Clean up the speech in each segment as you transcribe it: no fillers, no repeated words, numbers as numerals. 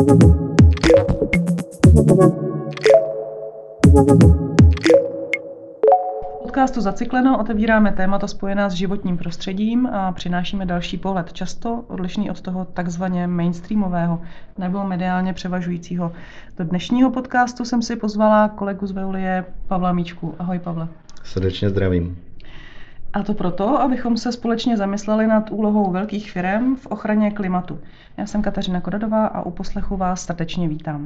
V podcastu Zacykleno otevíráme témata spojená s životním prostředím a přinášíme další pohled, často odlišný od toho takzvaně mainstreamového nebo mediálně převažujícího. Do dnešního podcastu jsem si pozvala kolegu z Veolie Pavla Míčku. Ahoj, Pavle. Srdečně zdravím. A to proto, abychom se společně zamysleli nad úlohou velkých firem v ochraně klimatu. Já jsem Kateřina Kodadová a u poslechu vás srdečně vítám.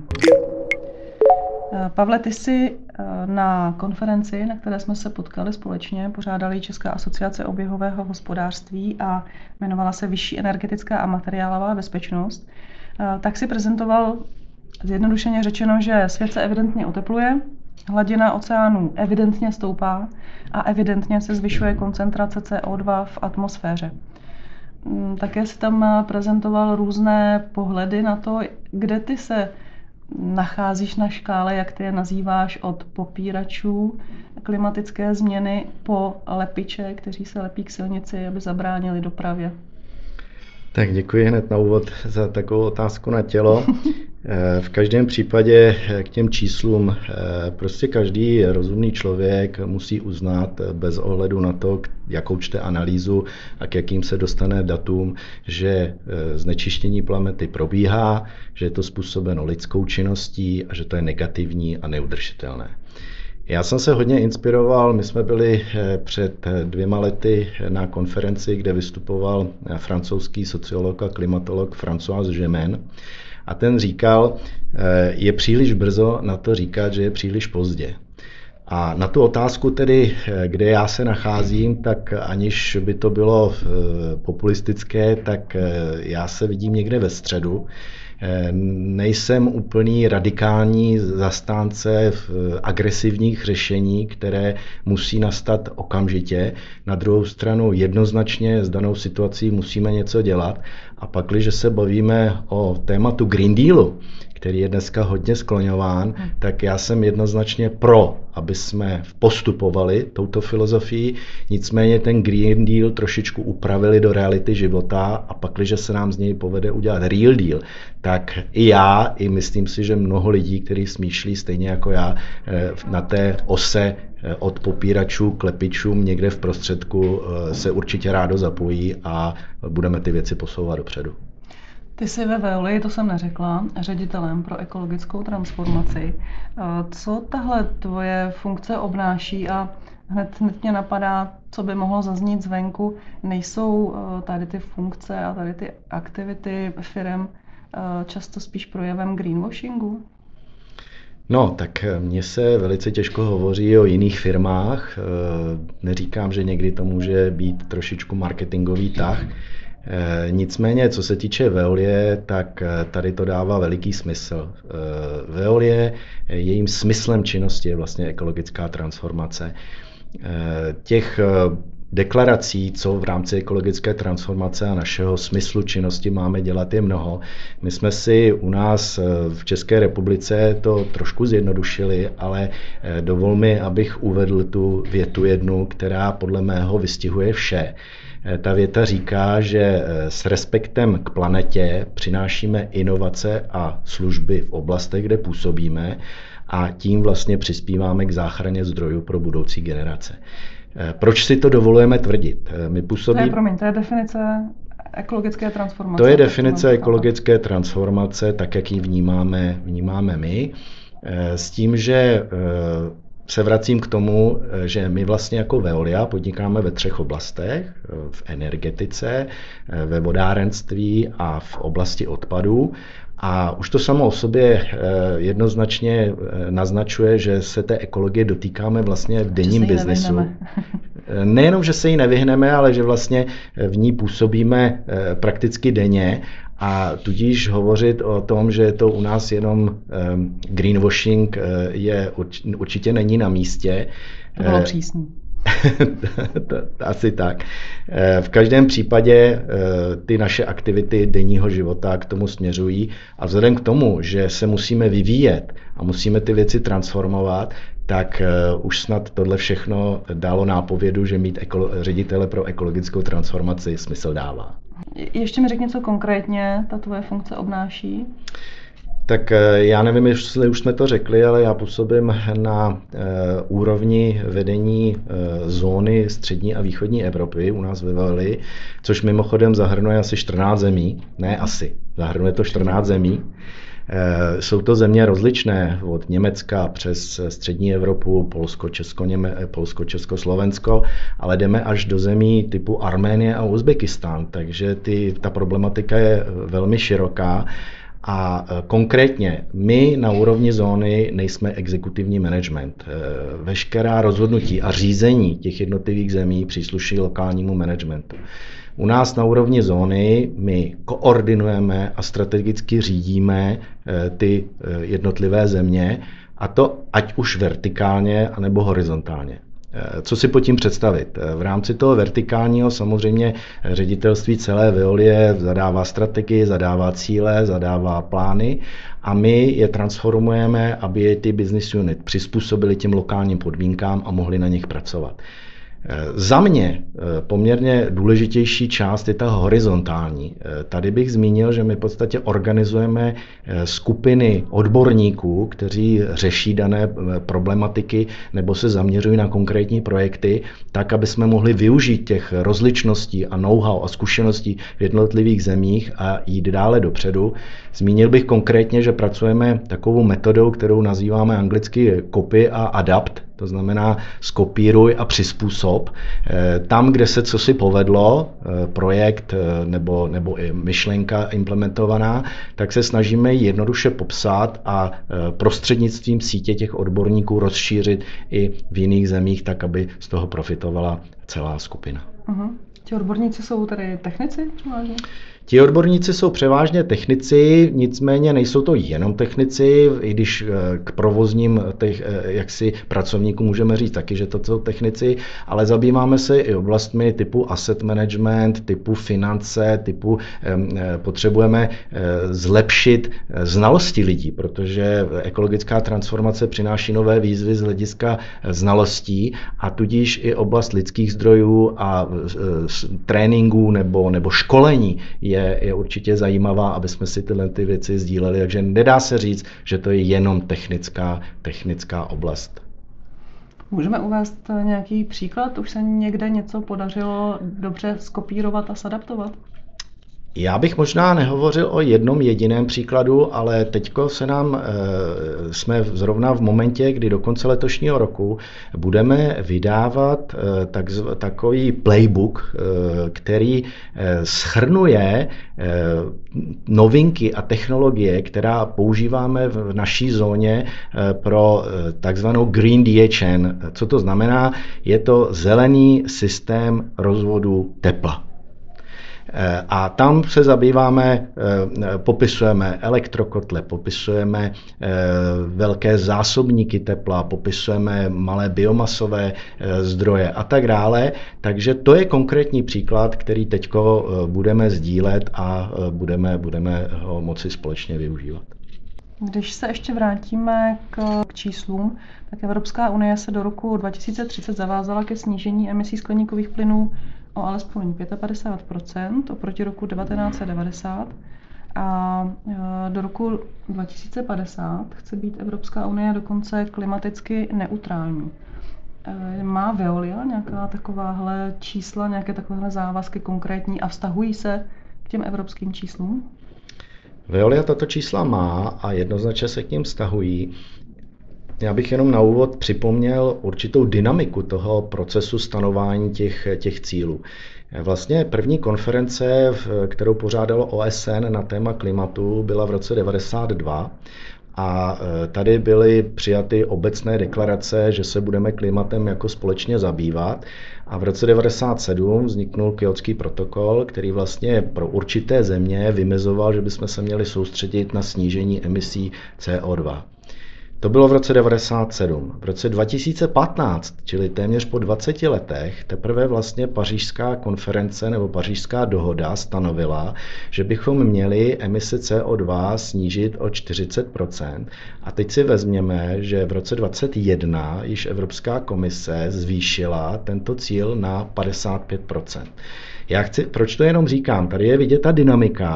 Pavle, ty jsi na konferenci, na které jsme se potkali společně, pořádali Česká asociace oběhového hospodářství a jmenovala se Vyšší energetická a materiálová bezpečnost, tak si prezentoval zjednodušeně řečeno, že svět se evidentně otepluje, hladina oceánů evidentně stoupá a evidentně se zvyšuje koncentrace CO2 v atmosféře. Také si tam prezentoval různé pohledy na to, kde ty se nacházíš na škále, jak ty je nazýváš, od popíračů klimatické změny po lepiče, kteří se lepí k silnici, aby zabránili dopravě. Tak děkuji hned na úvod za takovou otázku na tělo. V každém případě k těm číslům prostě každý rozumný člověk musí uznat bez ohledu na to, jakou čte analýzu a k jakým se dostane datům, že znečištění planety probíhá, že je to způsobeno lidskou činností a že to je negativní a neudržitelné. Já jsem se hodně inspiroval, my jsme byli před 2 lety na konferenci, kde vystupoval francouzský sociolog a klimatolog François Gemène a ten říkal, je příliš brzo na to říkat, že je příliš pozdě. A na tu otázku tedy, kde já se nacházím, tak aniž by to bylo populistické, tak já se vidím někde ve středu. Nejsem úplný radikální zastánce agresivních řešení, které musí nastat okamžitě. Na druhou stranu jednoznačně s danou situací musíme něco dělat. A pak, když se bavíme o tématu Green Dealu, který je dneska hodně skloňován, tak já jsem jednoznačně pro, aby jsme postupovali touto filozofií, nicméně ten Green Deal trošičku upravili do reality života a pak, když se nám z něj povede udělat Real Deal, tak i já, i myslím si, že mnoho lidí, kteří smýšlí stejně jako já, na té ose od popíračů k lepičům někde v prostředku se určitě rádo zapojí a budeme ty věci posouvat dopředu. Ty jsi ve Veolii, to jsem neřekla, ředitelem pro ekologickou transformaci. Co tahle tvoje funkce obnáší a hned mě napadá, co by mohlo zaznít zvenku. Nejsou tady ty funkce a tady ty aktivity firem často spíš projevem greenwashingu? No, tak mně se velice těžko hovoří o jiných firmách. Neříkám, že někdy to může být trošičku marketingový tah. Nicméně, co se týče Veolie, tak tady to dává veliký smysl. Veolie, jejím smyslem činnosti je vlastně ekologická transformace. Těch deklarací, co v rámci ekologické transformace a našeho smyslu činnosti máme dělat, je mnoho. My jsme si u nás v České republice to trošku zjednodušili, ale dovol mi, abych uvedl tu větu jednu, která podle mého vystihuje vše. Ta věta říká, že s respektem k planetě přinášíme inovace a služby v oblastech, kde působíme a tím vlastně přispíváme k záchraně zdrojů pro budoucí generace. Proč si to dovolujeme tvrdit? To je definice ekologické transformace. To je definice ekologické transformace, tak jak ji vnímáme my, s tím, že se vracím k tomu, že my vlastně jako Veolia podnikáme ve 3 oblastech, v energetice, ve vodárenství a v oblasti odpadů. A už to samo o sobě jednoznačně naznačuje, že se té ekologie dotýkáme vlastně v denním biznesu. Nejenom, že se jí nevyhneme, ale že vlastně v ní působíme prakticky denně. A tudíž hovořit o tom, že je to u nás jenom greenwashing, určitě není na místě. To bylo přísný. Asi tak. V každém případě ty naše aktivity denního života k tomu směřují a vzhledem k tomu, že se musíme vyvíjet a musíme ty věci transformovat, tak už snad tohle všechno dalo nápovědu, že mít ředitele pro ekologickou transformaci smysl dává. Ještě mi řekni, co konkrétně ta tvoje funkce obnáší. Tak já nevím, jestli už jsme to řekli, ale já působím na úrovni vedení zóny střední a východní Evropy u nás ve Velli, což mimochodem zahrnuje asi 14 zemí, ne asi, zahrnuje to 14 zemí. Jsou to země rozličné, od Německa přes střední Evropu, Polsko, Česko, Slovensko, ale jdeme až do zemí typu Arménie a Uzbekistán, takže ta problematika je velmi široká. A konkrétně my na úrovni zóny nejsme exekutivní management. Veškerá rozhodnutí a řízení těch jednotlivých zemí přísluší lokálnímu managementu. U nás na úrovni zóny my koordinujeme a strategicky řídíme ty jednotlivé země, a to ať už vertikálně, anebo horizontálně. Co si pod tím představit? V rámci toho vertikálního samozřejmě ředitelství celé Veolie zadává strategii, zadává cíle, zadává plány a my je transformujeme, aby je ty business unit přizpůsobili těm lokálním podmínkám a mohli na nich pracovat. Za mě poměrně důležitější část je ta horizontální. Tady bych zmínil, že my v podstatě organizujeme skupiny odborníků, kteří řeší dané problematiky nebo se zaměřují na konkrétní projekty, tak, aby jsme mohli využít těch rozličností a know-how a zkušeností v jednotlivých zemích a jít dále dopředu. Zmínil bych konkrétně, že pracujeme takovou metodou, kterou nazýváme anglicky copy a adapt, to znamená skopíruj a přizpůsob. Tam, kde se cosi povedlo, projekt nebo i myšlenka implementovaná, tak se snažíme ji jednoduše popsat a prostřednictvím sítě těch odborníků rozšířit i v jiných zemích, tak aby z toho profitovala celá skupina. Uh-huh. Ti odborníci jsou tedy technici? Ti odborníci jsou převážně technici, nicméně nejsou to jenom technici, i když k provozním pracovníkům můžeme říct taky, že to jsou technici, ale zabýváme se i oblastmi typu asset management, typu finance, typu potřebujeme zlepšit znalosti lidí, protože ekologická transformace přináší nové výzvy z hlediska znalostí a tudíž i oblast lidských zdrojů a tréninků nebo školení je určitě zajímavá, aby jsme si tyhle věci sdíleli, takže nedá se říct, že to je jenom technická oblast. Můžeme uvést nějaký příklad? Už se někde něco podařilo dobře skopírovat a zadaptovat? Já bych možná nehovořil o jednom jediném příkladu, ale teďko jsme zrovna v momentě, kdy do konce letošního roku budeme vydávat takový playbook, který shrnuje novinky a technologie, která používáme v naší zóně pro takzvanou Green DHN. Co to znamená? Je to zelený systém rozvodu tepla. A tam se zabýváme, popisujeme elektrokotle, popisujeme velké zásobníky tepla, popisujeme malé biomasové zdroje a tak dále. Takže to je konkrétní příklad, který teďko budeme sdílet a budeme ho moci společně využívat. Když se ještě vrátíme k číslům, tak Evropská unie se do roku 2030 zavázala ke snížení emisí skleníkových plynů o alespoň 55% oproti roku 1990 a do roku 2050 chce být Evropská unie dokonce klimaticky neutrální. Má Veolia nějaká takováhle čísla, nějaké takovéhle závazky konkrétní a vztahují se k těm evropským číslům? Veolia tato čísla má a jednoznačně se k ním vztahují. Já bych jenom na úvod připomněl určitou dynamiku toho procesu stanování těch cílů. Vlastně první konference, kterou pořádalo OSN na téma klimatu, byla v roce 1992 a tady byly přijaty obecné deklarace, že se budeme klimatem jako společně zabývat. A v roce 1997 vzniknul Kjótský protokol, který vlastně pro určité země vymezoval, že bychom se měli soustředit na snížení emisí CO2. To bylo v roce 1997. V roce 2015, čili téměř po 20 letech, teprve vlastně Pařížská konference nebo Pařížská dohoda stanovila, že bychom měli emise CO2 snížit o 40%. A teď si vezměme, že v roce 2021 již Evropská komise zvýšila tento cíl na 55%. Proč to jenom říkám? Tady je vidět ta dynamika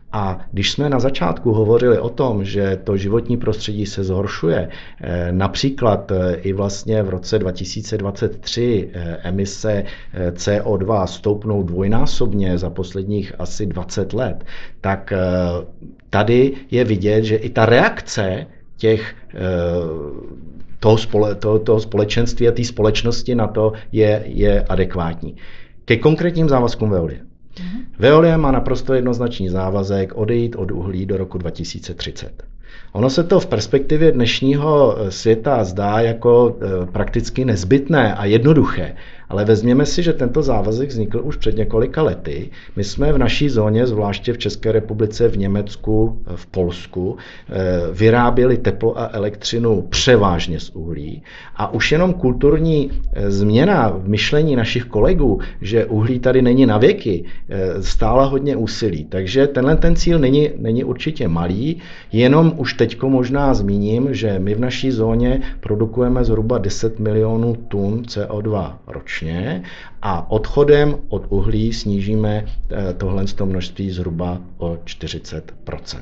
A když jsme na začátku hovořili o tom, že to životní prostředí se zhoršuje, například i vlastně v roce 2023 emise CO2 stoupnou dvojnásobně za posledních asi 20 let, tak tady je vidět, že i ta reakce toho společenství a té společnosti na to je adekvátní. Ke konkrétním závazkům Veolie. Veolia má naprosto jednoznačný závazek odejít od uhlí do roku 2030. Ono se to v perspektivě dnešního světa zdá jako prakticky nezbytné a jednoduché, ale vezměme si, že tento závazek vznikl už před několika lety. My jsme v naší zóně, zvláště v České republice, v Německu, v Polsku, vyráběli teplo a elektřinu převážně z uhlí a už jenom kulturní změna v myšlení našich kolegů, že uhlí tady není na věky, stála hodně úsilí. Takže ten cíl není určitě malý, jenom už teďko možná zmíním, že my v naší zóně produkujeme zhruba 10 milionů tun CO2 ročně a odchodem od uhlí snížíme tohle množství zhruba o 40%.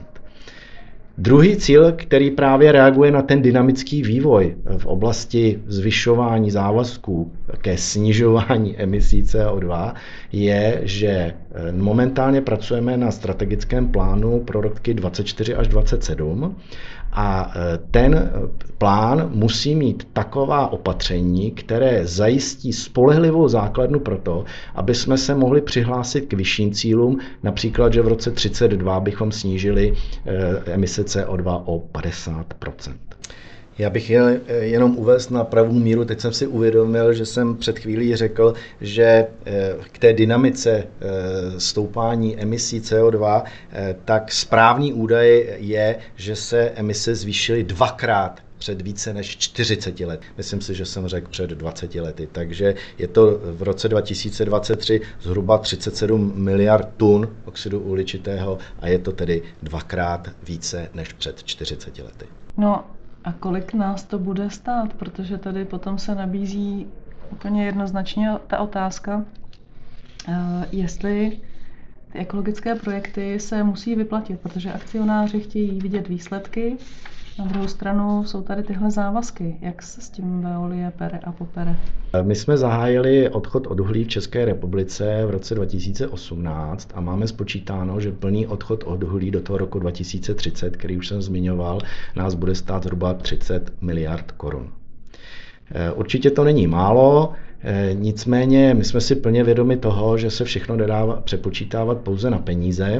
Druhý cíl, který právě reaguje na ten dynamický vývoj v oblasti zvyšování závazků ke snižování emisí CO2, je, že momentálně pracujeme na strategickém plánu pro roky 2024 až 2027 a ten plán musí mít taková opatření, které zajistí spolehlivou základnu pro to, aby jsme se mohli přihlásit k vyšším cílům, například, že v roce 2032 bychom snížili emise CO2 o 50%. Já bych jenom uvést na pravou míru, teď jsem si uvědomil, že jsem před chvílí řekl, že k té dynamice stoupání emisí CO2, tak správný údaj je, že se emise zvýšily dvakrát před více než 40 let. Myslím si, že jsem řekl před 20 lety. Takže je to v roce 2023 zhruba 37 miliard tun oxidu uhličitého a je to tedy dvakrát více než před 40 lety. No a kolik nás to bude stát? Protože tady potom se nabízí úplně jednoznačně ta otázka, jestli ty ekologické projekty se musí vyplatit, protože akcionáři chtějí vidět výsledky. Na druhou stranu jsou tady tyhle závazky. Jak se s tím Veolie pere a popere? My jsme zahájili odchod od uhlí v České republice v roce 2018 a máme spočítáno, že plný odchod od uhlí do toho roku 2030, který už jsem zmiňoval, nás bude stát zhruba 30 miliard korun. Určitě to není málo, nicméně my jsme si plně vědomi toho, že se všechno nedá přepočítávat pouze na peníze.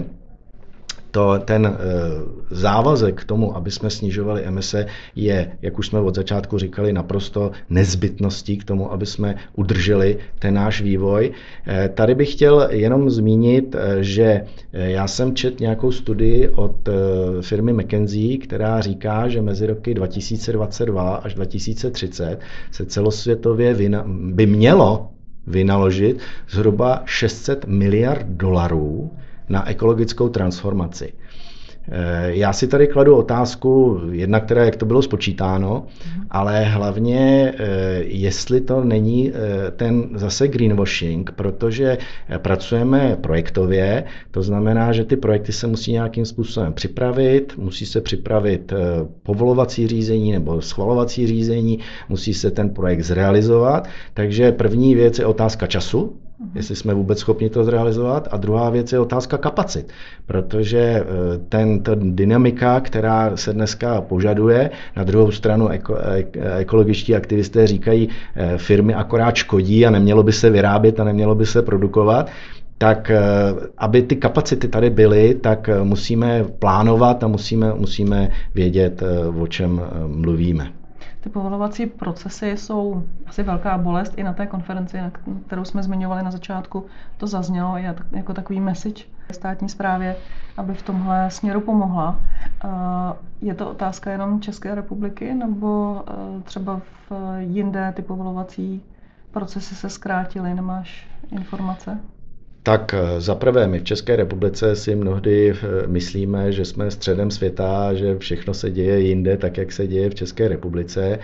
Ten závazek k tomu, aby jsme snižovali emise, je, jak už jsme od začátku říkali, naprosto nezbytností k tomu, aby jsme udrželi ten náš vývoj. Tady bych chtěl jenom zmínit, že já jsem četl nějakou studii od firmy McKinsey, která říká, že mezi roky 2022 až 2030 se celosvětově by mělo vynaložit zhruba 600 miliard dolarů na ekologickou transformaci. Já si tady kladu otázku, jedna, která, jak to bylo spočítáno, ale hlavně, jestli to není ten zase greenwashing, protože pracujeme projektově, to znamená, že ty projekty se musí nějakým způsobem připravit, musí se připravit povolovací řízení nebo schvalovací řízení, musí se ten projekt zrealizovat, takže první věc je otázka času, jestli jsme vůbec schopni to zrealizovat. A druhá věc je otázka kapacit, protože ta dynamika, která se dneska požaduje, na druhou stranu ekologičtí aktivisté říkají, firmy akorát škodí a nemělo by se vyrábět a nemělo by se produkovat, tak aby ty kapacity tady byly, tak musíme plánovat a musíme vědět, o čem mluvíme. Ty povolovací procesy jsou asi velká bolest. I na té konferenci, kterou jsme zmiňovali na začátku, to zaznělo jako takový message státní správě, aby v tomhle směru pomohla. Je to otázka jenom České republiky, nebo třeba jinde ty povolovací procesy se zkrátily? Nemáš informace? Tak zaprvé my v České republice si mnohdy myslíme, že jsme středem světa, že všechno se děje jinde, tak jak se děje v České republice.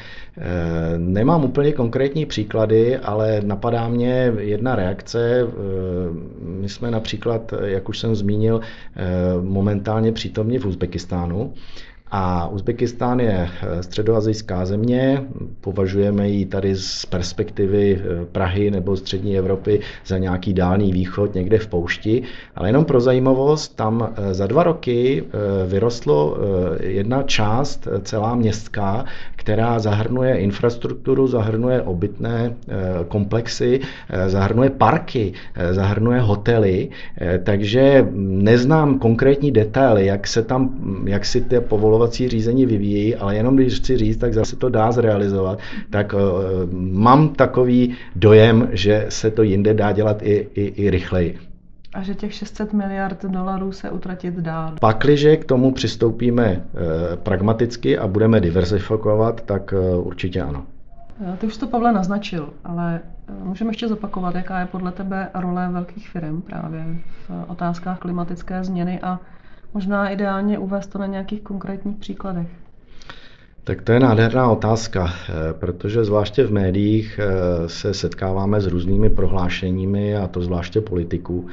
Nemám úplně konkrétní příklady, ale napadá mě jedna reakce. My jsme například, jak už jsem zmínil, momentálně přítomni v Uzbekistánu. A Uzbekistán je středoasijská země, považujeme ji tady z perspektivy Prahy nebo střední Evropy za nějaký dálný východ někde v poušti, ale jenom pro zajímavost, tam za 2 roky vyrostlo jedna část celá městská, která zahrnuje infrastrukturu, zahrnuje obytné komplexy, zahrnuje parky, zahrnuje hotely, takže neznám konkrétní detaily, jak si ty povolovací řízení vyvíjí, ale jenom když chci říct, tak zase to dá zrealizovat, tak mám takový dojem, že se to jinde dá dělat i rychleji. A že těch 600 miliard dolarů se utratit dá. Pakliže k tomu přistoupíme pragmaticky a budeme diverzifikovat, tak určitě ano. Ty už to, Pavle, naznačil, ale můžeme ještě zopakovat, jaká je podle tebe role velkých firm právě v otázkách klimatické změny a možná ideálně uvést to na nějakých konkrétních příkladech. Tak to je nádherná otázka, protože zvláště v médiích se setkáváme s různými prohlášeními, a to zvláště politiků.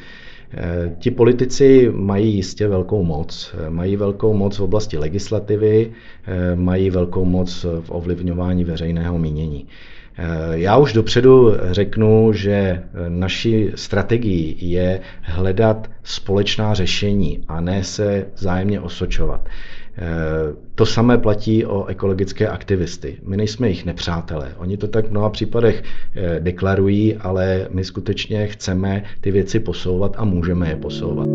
Ti politici mají jistě velkou moc. Mají velkou moc v oblasti legislativy, mají velkou moc v ovlivňování veřejného mínění. Já už dopředu řeknu, že naší strategií je hledat společná řešení a ne se vzájemně osočovat. To samé platí o ekologické aktivisty. My nejsme jejich nepřátelé. Oni to tak v mnoha případech deklarují, ale my skutečně chceme ty věci posouvat a můžeme je posouvat.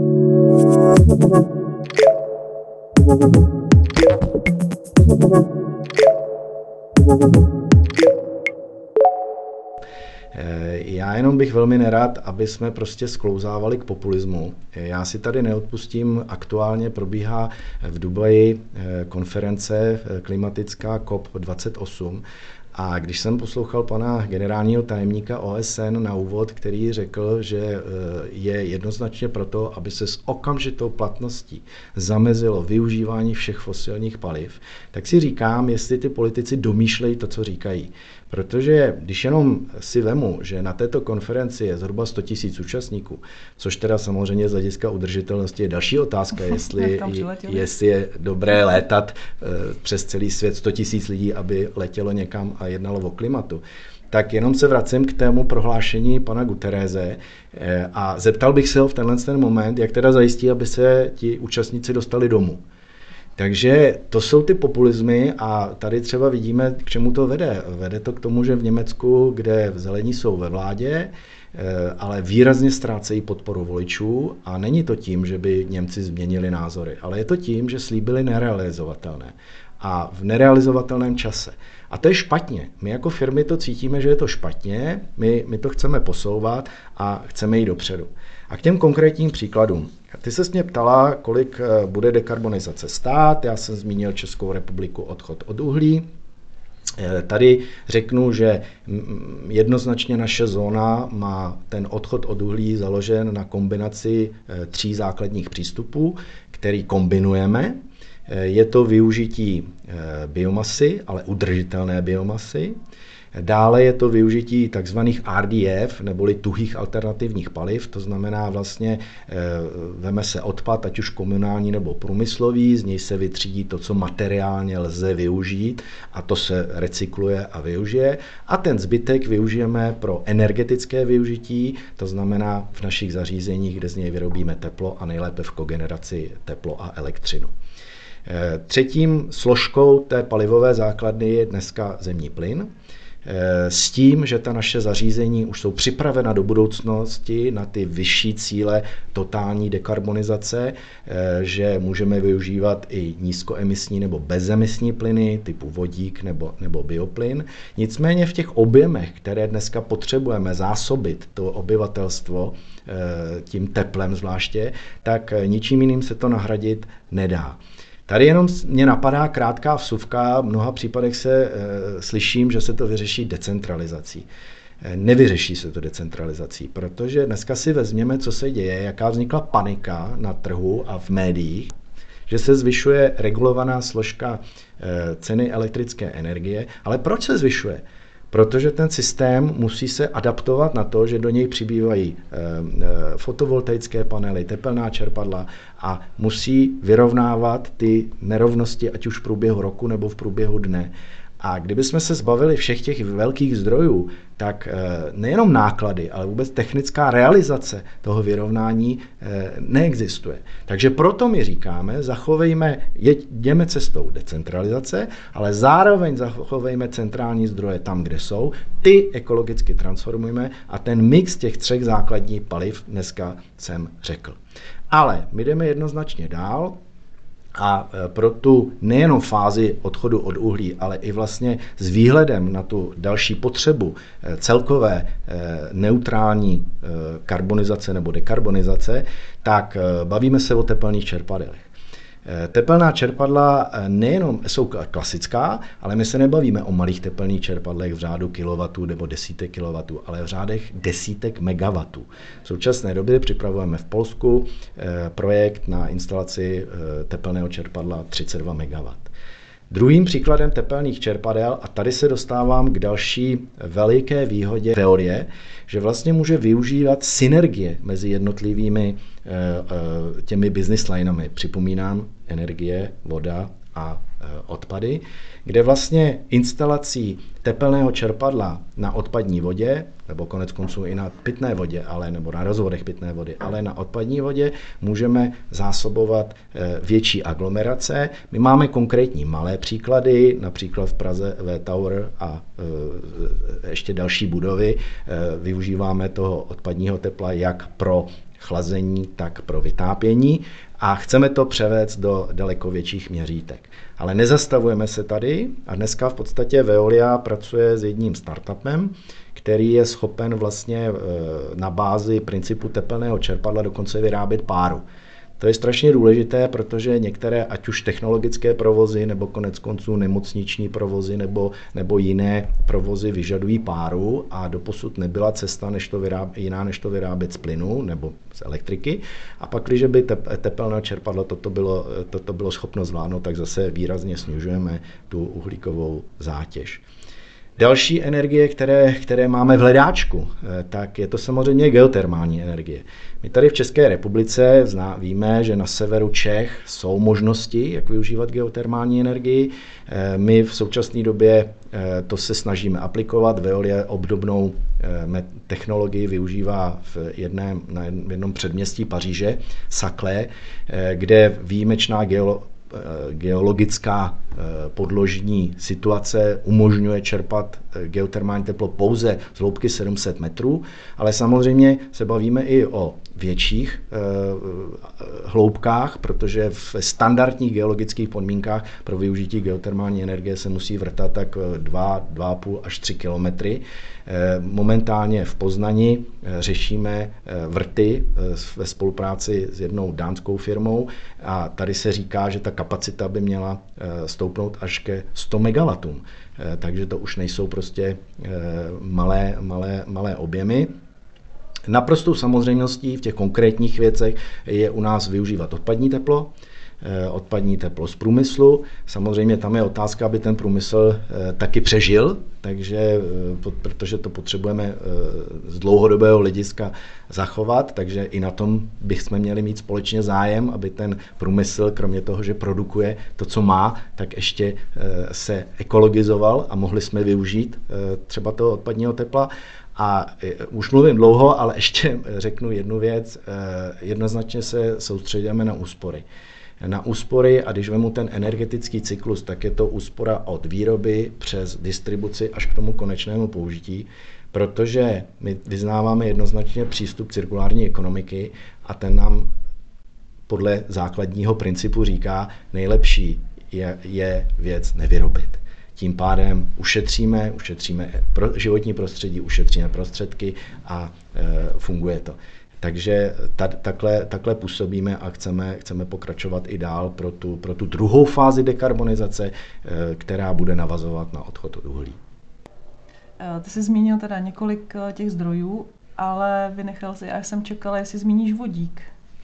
Já jenom bych velmi nerad, aby jsme prostě sklouzávali k populismu. Já si tady neodpustím, aktuálně probíhá v Dubaji konference klimatická COP28 a když jsem poslouchal pana generálního tajemníka OSN na úvod, který řekl, že je jednoznačně proto, aby se s okamžitou platností zamezilo využívání všech fosilních paliv, tak si říkám, jestli ty politici domýšlejí to, co říkají. Protože když jenom si vemu, že na této konferenci je zhruba 100 000 účastníků, což teda samozřejmě z hlediska udržitelnosti je další otázka, jestli je dobré létat přes celý svět 100 000 lidí, aby letělo někam a jednalo o klimatu. Tak jenom se vracím k tému prohlášení pana Guterrese a zeptal bych se ho v ten moment, jak teda zajistí, aby se ti účastníci dostali domů. Takže to jsou ty populizmy a tady třeba vidíme, k čemu to vede. Vede to k tomu, že v Německu, kde zelení jsou ve vládě, ale výrazně ztrácejí podporu voličů a není to tím, že by Němci změnili názory, ale je to tím, že slíbili nerealizovatelné a v nerealizovatelném čase. A to je špatně. My jako firmy to cítíme, že je to špatně, my to chceme posouvat a chceme jít dopředu. A k těm konkrétním příkladům. Ty ses mě ptala, kolik bude dekarbonizace stát. Já jsem zmínil Českou republiku odchod od uhlí. Tady řeknu, že jednoznačně naše zóna má ten odchod od uhlí založen na kombinaci 3 základních přístupů, který kombinujeme. Je to využití biomasy, ale udržitelné biomasy. Dále je to využití takzvaných RDF, neboli tuhých alternativních paliv, to znamená vlastně veme se odpad, ať už komunální nebo průmyslový, z něj se vytřídí to, co materiálně lze využít a to se recykluje a využije. A ten zbytek využijeme pro energetické využití, to znamená v našich zařízeních, kde z něj vyrobíme teplo a nejlépe v kogeneraci teplo a elektřinu. Třetím složkou té palivové základny je dneska zemní plyn. S tím, že ta naše zařízení už jsou připravena do budoucnosti na ty vyšší cíle totální dekarbonizace, že můžeme využívat i nízkoemisní nebo bezemisní plyny typu vodík nebo bioplyn. Nicméně v těch objemech, které dneska potřebujeme zásobit to obyvatelstvo tím teplem zvláště, tak ničím jiným se to nahradit nedá. Tady jenom mě napadá krátká vsuvka, v mnoha případech se slyším, že se to vyřeší decentralizací. nevyřeší se to decentralizací, protože dneska si vezměme, co se děje, jaká vznikla panika na trhu a v médiích, že se zvyšuje regulovaná složka ceny elektrické energie. Ale proč se zvyšuje? Protože ten systém musí se adaptovat na to, že do něj přibývají fotovoltaické panely, tepelná čerpadla a musí vyrovnávat ty nerovnosti, ať už v průběhu roku nebo v průběhu dne. A kdybychom se zbavili všech těch velkých zdrojů, tak nejenom náklady, ale vůbec technická realizace toho vyrovnání neexistuje. Takže proto my říkáme, jdeme cestou decentralizace, ale zároveň zachovejme centrální zdroje tam, kde jsou, ty ekologicky transformujeme a ten mix těch 3 základních paliv dneska jsem řekl. Ale my jdeme jednoznačně dál. A pro tu nejenom fázi odchodu od uhlí, ale i vlastně s výhledem na tu další potřebu celkové neutrální karbonizace nebo dekarbonizace, tak bavíme se o tepelných čerpadlech. Tepelná čerpadla nejenom jsou klasická, ale my se nebavíme o malých tepelných čerpadlech v řádu kilowatů nebo desítek kilowatů, ale v řádech desítek megawatů. V současné době připravujeme v Polsku projekt na instalaci tepelného čerpadla 32 MW. Druhým příkladem tepelných čerpadel, a tady se dostávám k další veliké výhodě teorie, že vlastně může využívat synergie mezi jednotlivými těmi business lineami. Připomínám, energie, voda a odpady, kde vlastně instalací tepelného čerpadla na odpadní vodě, nebo konec konců i na pitné vodě, nebo na rozvodech pitné vody, ale na odpadní vodě můžeme zásobovat větší aglomerace. My máme konkrétní malé příklady, například v Praze V-Tower a ještě další budovy. Využíváme toho odpadního tepla jak pro chlazení, tak pro vytápění a chceme to převést do daleko větších měřítek. Ale nezastavujeme se tady a dneska v podstatě Veolia pracuje s jedním startupem, který je schopen vlastně na bázi principu tepelného čerpadla dokonce vyrábět páru. To je strašně důležité, protože některé, ať už technologické provozy, nebo konec konců nemocniční provozy, nebo jiné provozy vyžadují páru a doposud nebyla cesta jiná, než to vyrábět z plynu nebo z elektriky. A pak, když by tepelné čerpadlo toto bylo schopno zvládnout, tak zase výrazně snižujeme tu uhlíkovou zátěž. Další energie, které máme v hledáčku, tak je to samozřejmě geotermální energie. My tady v České republice víme, že na severu Čech jsou možnosti, jak využívat geotermální energii. My v současné době to se snažíme aplikovat. Veolia obdobnou technologii využívá na jednom předměstí Paříže, Saclay, kde výjimečná geologická podložní situace umožňuje čerpat geotermální teplo pouze z hloubky 700 metrů, ale samozřejmě se bavíme i o větších hloubkách, protože v standardních geologických podmínkách pro využití geotermální energie se musí vrtat tak 2,5 až 3 kilometry. Momentálně v Poznani řešíme vrty ve spolupráci s jednou dánskou firmou a tady se říká, že ta kapacita by měla stoupnout až ke 100 MW. Takže to už nejsou prostě malé objemy. Naprostou samozřejmostí v těch konkrétních věcech je u nás využívat odpadní teplo z průmyslu. Samozřejmě tam je otázka, aby ten průmysl taky přežil, protože to potřebujeme z dlouhodobého hlediska zachovat, takže i na tom bychom měli mít společně zájem, aby ten průmysl, kromě toho, že produkuje to, co má, tak ještě se ekologizoval a mohli jsme využít třeba toho odpadního tepla. A už mluvím dlouho, ale ještě řeknu jednu věc. Jednoznačně se soustředíme na úspory. A když vemu ten energetický cyklus, tak je to úspora od výroby přes distribuci až k tomu konečnému použití, protože my vyznáváme jednoznačně přístup cirkulární ekonomiky a ten nám podle základního principu říká, nejlepší je věc nevyrobit. Tím pádem ušetříme životní prostředí, ušetříme prostředky a funguje to. Takže takhle působíme a chceme pokračovat i dál pro tu druhou fázi dekarbonizace, která bude navazovat na odchod od uhlí. Ty jsi zmínil teda několik těch zdrojů, ale vynechal si, a já jsem čekala, jestli zmíníš vodík.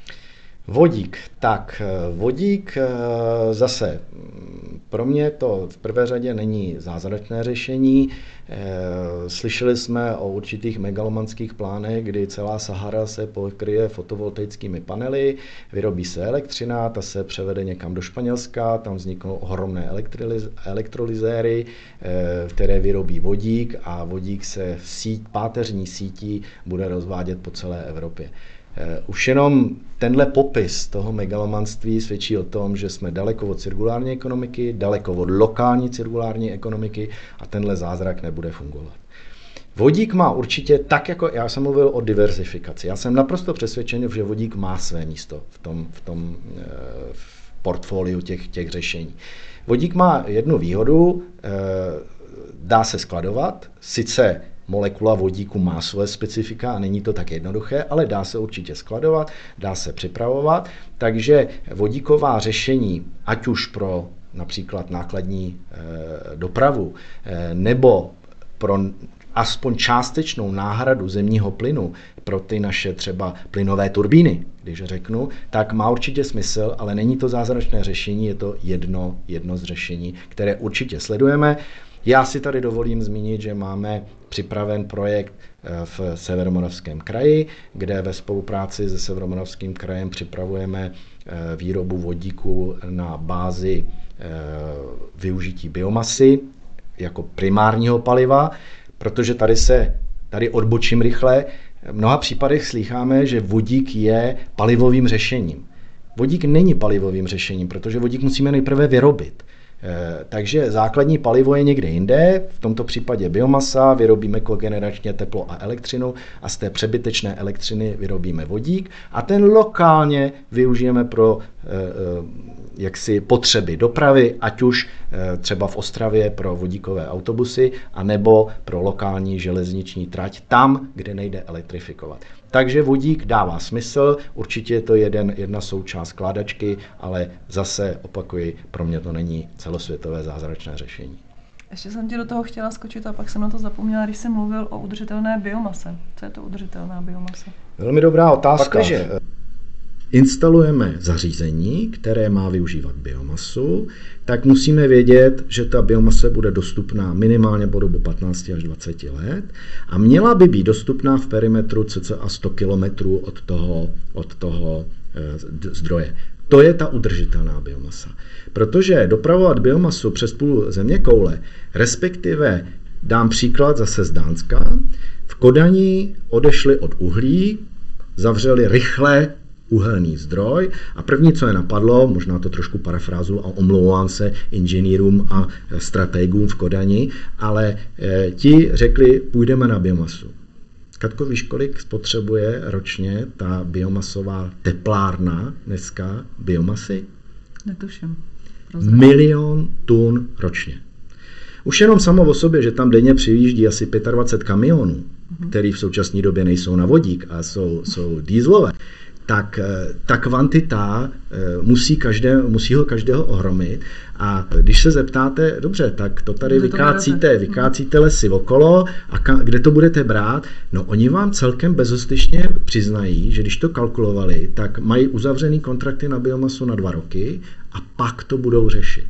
Vodík zase pro mě to v prvé řadě není zázračné řešení. Slyšeli jsme o určitých megalomanských plánech, kdy celá Sahara se pokryje fotovoltaickými panely, vyrobí se elektřina, ta se převede někam do Španělska, tam vzniknou ohromné elektrolyzéry, které vyrobí vodík a vodík se páteřní sítí bude rozvádět po celé Evropě. Už jenom tenhle popis toho megalomanství svědčí o tom, že jsme daleko od cirkulární ekonomiky, daleko od lokální cirkulární ekonomiky a tenhle zázrak nebude fungovat. Vodík má určitě, tak jako já jsem mluvil o diverzifikaci, já jsem naprosto přesvědčen, že vodík má své místo v tom portfoliu těch řešení. Vodík má jednu výhodu, dá se skladovat, sice molekula vodíku má své specifika a není to tak jednoduché, ale dá se určitě skladovat, dá se připravovat, takže vodíková řešení, ať už pro například nákladní dopravu nebo pro aspoň částečnou náhradu zemního plynu pro ty naše třeba plynové turbíny, když řeknu, tak má určitě smysl, ale není to zázračné řešení, je to jedno z řešení, které určitě sledujeme. Já si tady dovolím zmínit, že máme připraven projekt v Severomoravském kraji, kde ve spolupráci se Severomoravským krajem připravujeme výrobu vodíku na bázi využití biomasy jako primárního paliva, protože tady odbočím rychle, v mnoha případech slýcháme, že vodík je palivovým řešením. Vodík není palivovým řešením, protože vodík musíme nejprve vyrobit. Takže základní palivo je někde jinde, v tomto případě biomasa, vyrobíme kogeneračně teplo a elektřinu a z té přebytečné elektřiny vyrobíme vodík a ten lokálně využijeme pro jaksi potřeby dopravy, ať už třeba v Ostravě pro vodíkové autobusy, anebo pro lokální železniční trať tam, kde nejde elektrifikovat. Takže vodík dává smysl, určitě je to jedna součást skládačky, ale zase opakuji, pro mě to není celosvětové zázračné řešení. Ještě jsem ti do toho chtěla skočit a pak jsem na to zapomněla, když jsi mluvil o udržitelné biomase. Co je to udržitelná biomasa? Velmi dobrá otázka. Pakliže instalujeme zařízení, které má využívat biomasu, tak musíme vědět, že ta biomasa bude dostupná minimálně po dobu 15 až 20 let a měla by být dostupná v perimetru cca 100 km od toho zdroje. To je ta udržitelná biomasa. Protože dopravovat biomasu přes půl zeměkoule, respektive dám příklad zase z Dánska, v Kodani odešli od uhlí, zavřeli rychle uhelný zdroj a první, co je napadlo, možná to trošku parafrázu a omlouvám se inženýrům a strategům v Kodani, ale ti řekli, půjdeme na biomasu. Katko, víš, kolik spotřebuje ročně ta biomasová teplárna dneska biomasy? Netuším. 1 000 000 tun ročně. Už jenom samo o sobě, že tam denně přijíždí asi 25 kamionů, které v současné době nejsou na vodík a jsou dieselové, tak ta kvantita musí ho každého ohromit. A když se zeptáte, dobře, tak to tady vykácíte lesy okolo a kde to budete brát? No oni vám celkem bezostyšně přiznají, že když to kalkulovali, tak mají uzavřený kontrakty na biomasu na 2 roky a pak to budou řešit.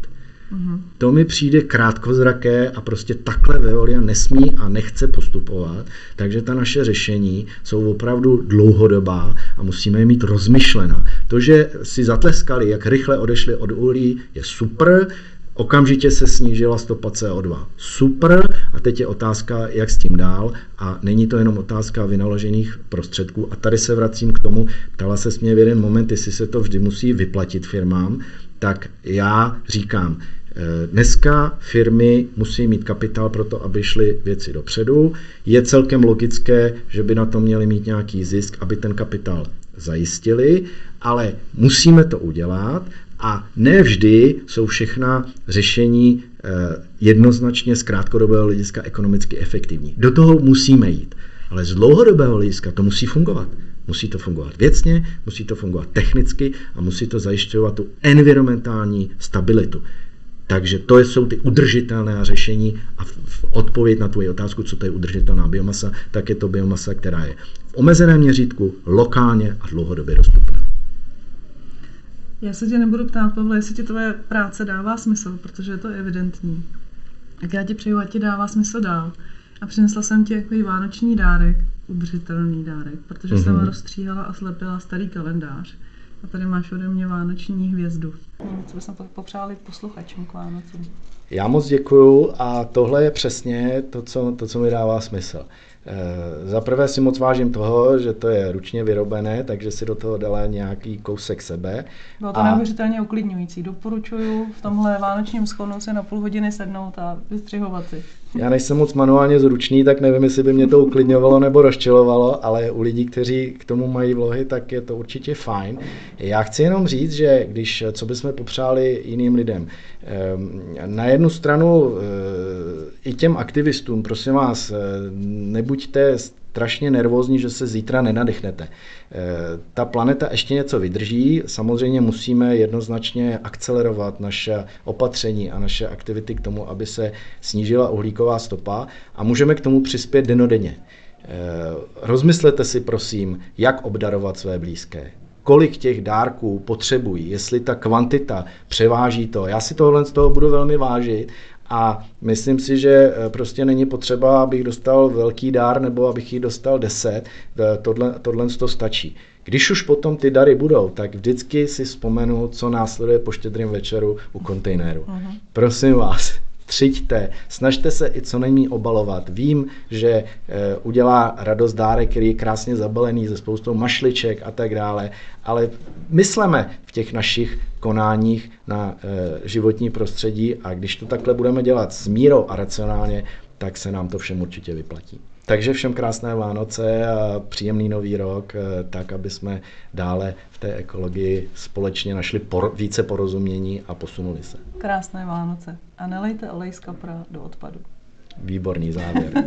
To mi přijde krátkozraké a prostě takhle Veolia nesmí a nechce postupovat, takže ta naše řešení jsou opravdu dlouhodobá a musíme je mít rozmyšlená. To, že si zatleskali, jak rychle odešli od uhlí, je super, okamžitě se snížila stopa CO2. Super, a teď je otázka, jak s tím dál a není to jenom otázka vynaložených prostředků. A tady se vracím k tomu, ptala se mě v jeden moment, jestli se to vždy musí vyplatit firmám, tak já říkám, dneska firmy musí mít kapitál pro to, aby šly věci dopředu. Je celkem logické, že by na to měli mít nějaký zisk, aby ten kapitál zajistili, ale musíme to udělat a ne vždy jsou všechna řešení jednoznačně z krátkodobého hlediska ekonomicky efektivní. Do toho musíme jít, ale z dlouhodobého hlediska to musí fungovat. Musí to fungovat věcně, musí to fungovat technicky a musí to zajišťovat tu environmentální stabilitu. Takže to jsou ty udržitelné řešení a v odpověď na tvoji otázku, co to je udržitelná biomasa, tak je to biomasa, která je v omezeném měřítku, lokálně a dlouhodobě dostupná. Já se tě nebudu ptát, Pavle, jestli ti tvoje práce dává smysl, protože je to evidentní. Tak já ti přeju, ať ti dává smysl dál. A přinesla jsem ti takový vánoční dárek, udržitelný dárek, protože jsem rozstříhala a slepila starý kalendář. A tady máš ode mě vánoční hvězdu. Co bychom popřáli posluchačům k Vánocům? Já moc děkuju a tohle je přesně to, co mi dává smysl. Za prvé si moc vážím toho, že to je ručně vyrobené, takže si do toho dala nějaký kousek sebe. Bylo to neuvěřitelně uklidňující. Doporučuju v tomhle vánočním schonu si na půl hodiny sednout a vystřihovat si. Já nejsem moc manuálně zručný, tak nevím, jestli by mě to uklidňovalo nebo rozčilovalo, ale u lidí, kteří k tomu mají vlohy, tak je to určitě fajn. Já chci jenom říct, že co bychom popřáli jiným lidem. Na jednu stranu i těm aktivistům, prosím vás, nebuďte strašně nervózní, že se zítra nenadechnete. Ta planeta ještě něco vydrží, samozřejmě musíme jednoznačně akcelerovat naše opatření a naše aktivity k tomu, aby se snížila uhlíková stopa a můžeme k tomu přispět dennodenně. Rozmyslete si prosím, jak obdarovat své blízké. Kolik těch dárků potřebují, jestli ta kvantita převáží to. Já si tohle z toho budu velmi vážit a myslím si, že prostě není potřeba, abych dostal velký dár nebo abych jich dostal 10. Tohle to stačí. Když už potom ty dary budou, tak vždycky si vzpomenu, co následuje po Štědrým večeru u kontejneru. Prosím vás, třiďte, snažte se i co nejméně obalovat. Vím, že udělá radost dárek, který je krásně zabalený se spoustou mašliček a tak dále, ale mysleme v těch našich konáních na životní prostředí a když to takhle budeme dělat s mírou a racionálně, tak se nám to všem určitě vyplatí. Takže všem krásné Vánoce a příjemný nový rok, tak aby jsme dále v té ekologii společně našli více porozumění a posunuli se. Krásné Vánoce a nelejte olej z kapra do odpadu. Výborný závěr.